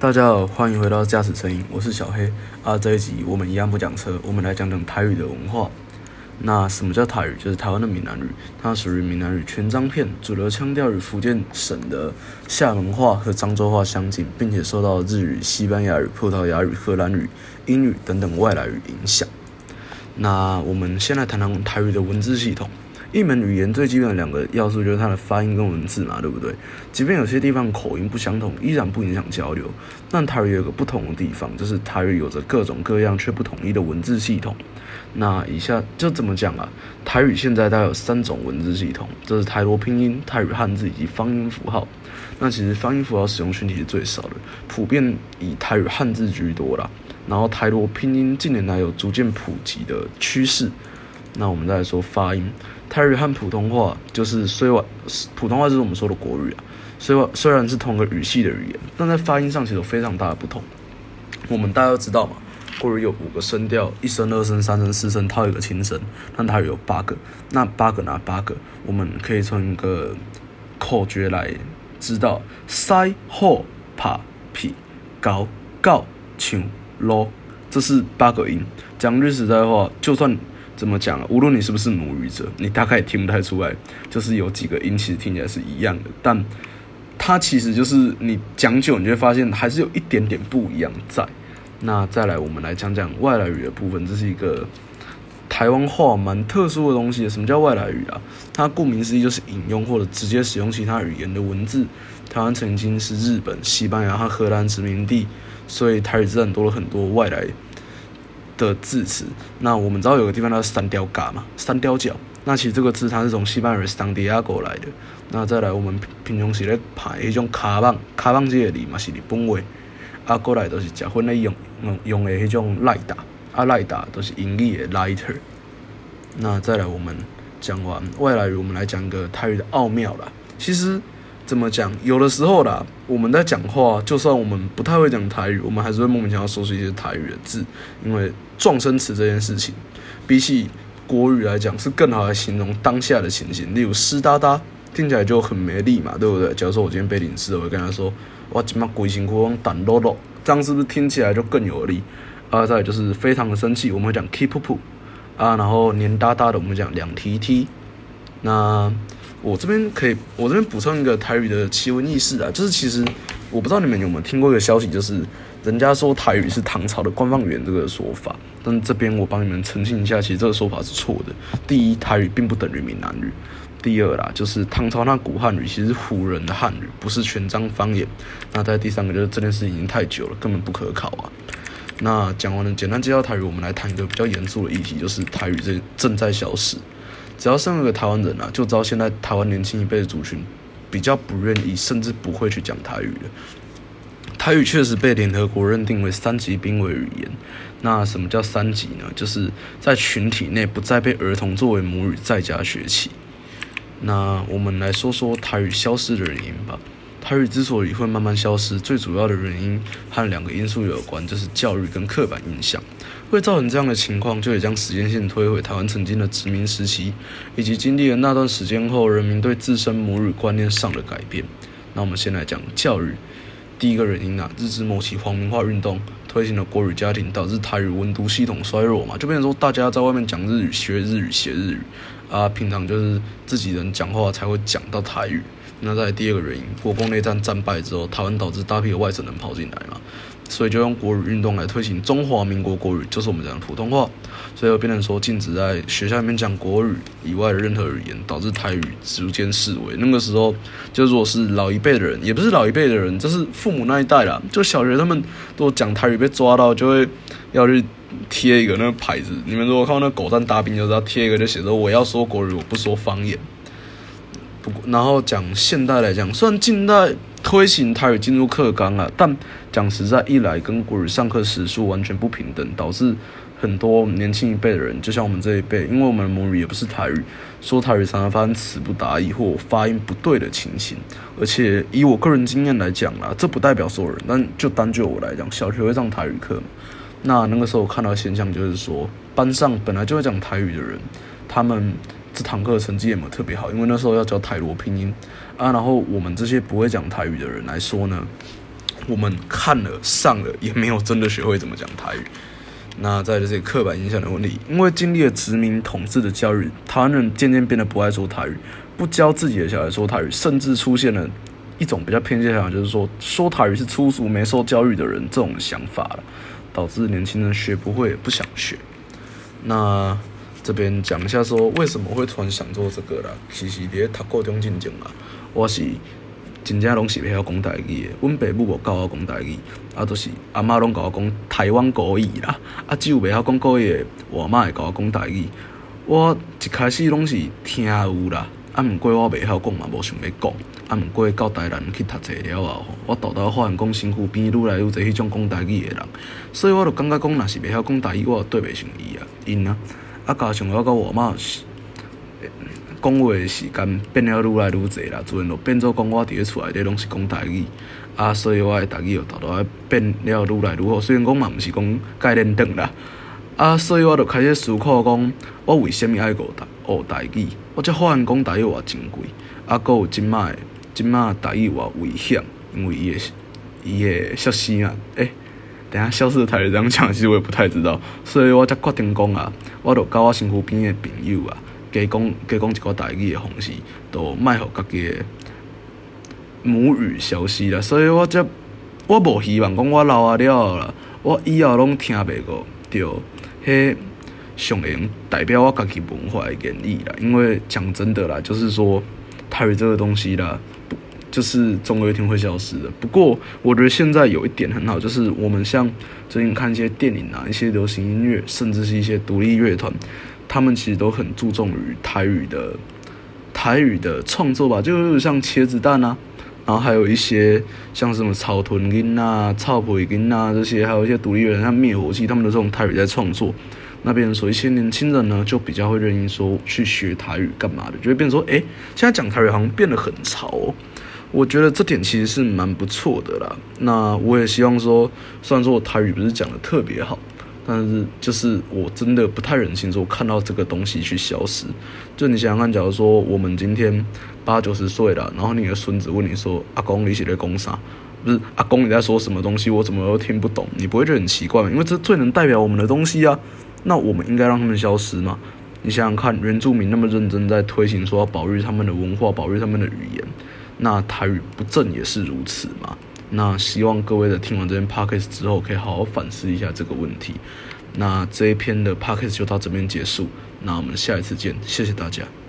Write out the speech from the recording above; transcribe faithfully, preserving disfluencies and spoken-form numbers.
大家好，欢迎回到驾驶声音，我是小黑啊。这一集我们一样不讲车，我们来讲讲台语的文化。那什么叫台语？就是台湾的闽南语，它属于闽南语全章片，主流腔调与福建省的厦门话和漳州话相近，并且受到日语、西班牙语、葡萄牙语、荷兰语、英语等等外来语影响。那我们先来谈谈台语的文字系统。一门语言最基本的两个要素就是它的发音跟文字嘛，对不对？即便有些地方口音不相同，依然不影响交流。但台语有个不同的地方，就是台语有着各种各样却不统一的文字系统。那以下就怎么讲啊？台语现在大概有三种文字系统，就是台罗拼音、台语汉字以及方音符号。那其实方音符号使用群体是最少的，普遍以台语汉字居多啦。然后台罗拼音近年来有逐渐普及的趋势。那我们再来说发音，台语和普通话就是虽然普通话就是我们说的国语啊，虽然虽然是同个语系的语言，但在发音上其实有非常大的不同。我们大家都知道嘛，国语有五个声调，一声、二声、三声、四声，套一个轻声，但台语有八个。那八个哪八个？我们可以从一个口诀来知道：塞、后、帕、皮、高、告、唱、咯，这是八个音。讲句实在话，就算怎么讲啊？无论你是不是母语者，你大概也听不太出来，就是有几个音其实听起来是一样的，但它其实就是你讲久，你就会发现还是有一点点不一样在。那再来，我们来讲讲外来语的部分，这是一个台湾话蛮特殊的东西。什么叫外来语啊？它顾名思义就是引用或者直接使用其他语言的文字。台湾曾经是日本、西班牙和荷兰殖民地，所以台语自然多了很多外来的字词。那我们知道有个地方叫三貂角嘛，三貂角。那其实这个字它是从西班牙语桑迪亚哥来的。那再来，我们平常时咧排迄种卡棒，卡棒这个字嘛是日本话，啊，过来都是食薰咧用用用的迄种赖达，啊赖达都是英语的 lighter。那再来，我们讲完外来语，我们来讲个台语的奥妙啦。其实怎么讲？有的时候啦，我们在讲话，就算我们不太会讲台语，我们还是会莫名其妙说出一些台语的字，因为撞声词这件事情，比起国语来讲，是更好来形容当下的情形。例如湿哒哒，听起来就很没力嘛，对不对？假如说我今天被淋湿了，我会跟他说，我今嘛规身躯拢蛋落落，这样是不是听起来就更有力？啊，再来就是非常的生气，我们会讲 keep up 啊，然后黏哒哒的，我们讲两提提。那我这边可以，我这边补充一个台语的奇闻异事啊，就是其实我不知道你们有没有听过一个消息，就是人家说台语是唐朝的官方语言这个说法，但这边我帮你们澄清一下，其实这个说法是错的。第一，台语并不等于闽南语；第二啦，就是唐朝那古汉语其实是胡人的汉语，不是全章方言。那在第三个就是这件事已经太久了，根本不可考啊。那讲完了简单介绍台语，我们来谈一个比较严肃的议题，就是台语正正在消失。只要身为个台湾人啊，就知道现在台湾年轻一辈的族群比较不愿意，甚至不会去讲台语了。台语确实被联合国认定为三级濒危语言。那什么叫三级呢？就是在群体内不再被儿童作为母语在家学起。那我们来说说台语消失的原因吧。台语之所以会慢慢消失，最主要的原因和两个因素有关，就是教育跟刻板印象。会造成这样的情况，就得将时间线推回台湾曾经的殖民时期，以及经历了那段时间后，人民对自身母语观念上的改变。那我们先来讲教育。第一个原因啊，日治末期皇民化运动推行了国语家庭，导致台语文读系统衰弱嘛，就变成说大家在外面讲日语、学日语、写日语啊，平常就是自己人讲话才会讲到台语。那再来第二个原因，国共内战战败之后，台湾导致大批的外省人跑进来嘛，所以就用国语运动来推行中华民国国语，就是我们讲的普通话，所以就变成说禁止在学校里面讲国语以外的任何语言，导致台语逐渐式微。那个时候，就如果是老一辈的人，也不是老一辈的人，就是父母那一代啦，就小学他们都讲台语被抓到，就会要去贴一个那个牌子。你们如果看到那狗蛋大兵，就知道贴一个就写着我要说国语，我不说方言。不过，然后讲现代来讲，虽然近代推行台语进入课纲了，但讲实在，一来跟国语上课时数完全不平等，导致很多年轻一辈的人，就像我们这一辈，因为我们的母语也不是台语，说台语常常发生词不达意或发音不对的情形。而且以我个人经验来讲啦，这不代表所有人，但就单就我来讲，小学会上台语课嘛，那那个时候我看到的现象就是说，班上本来就会讲台语的人，他们这堂课成绩也没有特别好，因为那时候要教台罗拼音啊。然后我们这些不会讲台语的人来说呢， 我们看了上了，也没有真的学会怎么讲台语。那再来就是刻板印象的问题，因为经历了殖民统治的教育，台湾人渐渐变得不爱说台语，不教自己的小孩说台语，甚至出现了一种比较偏见的想法，就是说说台语是粗俗没受教育的人这种想法了，导致年轻人学不会也不想学。那这边讲一下说为什么会突然想做这个啦，其实在读高中之前啊，我是真正拢是袂晓讲台语的，阮爸母无教我讲台语，啊，就是阿嬷拢教我讲台湾国语啦，啊，只有袂晓讲国语的，我妈会教我讲台语。我一开始拢是听有啦，啊，毋过我袂晓讲嘛，无想要讲，啊，毋过到台南去读册了后，我豆豆发现讲身躯边愈来愈侪迄种讲台语的人，所以我就感觉讲，若是袂晓讲台语，我对袂上伊啊，因啊，啊，加上我甲我妈是。讲话的时间变了愈来愈侪啦，自然就变做讲我伫咧厝内底拢是讲台语，啊，所以我的台语就豆豆变了愈来愈好。虽然讲嘛毋是讲概念长啦，啊，所以我就开始思考讲，我为虾米爱学台学台语？我才发现讲台语偌珍贵，啊，搁有即卖即卖台语偌危险，因为伊的伊的消失啊，诶、欸，等下消失的台语这样讲，其实我也不太知道，所以我才决定讲啊，我就甲我身躯边的朋友啊。加讲加讲一个台语的方式，都卖互家己的母语消失啦。所以我则我无希望讲我老啊了后啦，我以后拢听袂过着迄上会代表我家己文化的言语啦。因为讲真的啦，就是说台语这个东西啦，就是总有一天会消失的。不过我觉得现在有一点很好，就是我们像最近看一些电影啊、一些流行音乐，甚至是一些独立乐团。他们其实都很注重于台语的台语的创作吧，就像茄子蛋啊，然后还有一些像什么草屯音啊、草培音啊这些，还有一些独立乐团像灭火器，他们都是用台语在创作。那边说一些年轻人呢，就比较会愿意说去学台语干嘛的，就会变成说，哎、欸，现在讲台语好像变得很潮哦。我觉得这点其实是蛮不错的啦。那我也希望说，虽然说我台语不是讲的特别好。但是就是我真的不太忍心说看到这个东西去消失。就你想想看，假如说我们今天八九十岁了，然后你的孙子问你说：“阿公，你是在讲啥？”不是阿公你在说什么东西？我怎么都听不懂？你不会觉得很奇怪吗？因为这最能代表我们的东西啊。那我们应该让他们消失吗？你想想看，原住民那么认真在推行说要保育他们的文化、保育他们的语言，那台语不正也是如此嘛？那希望各位在听完这篇 podcast 之后，可以好好反思一下这个问题。那这一篇的 podcast 就到这边结束，那我们下一次见，谢谢大家。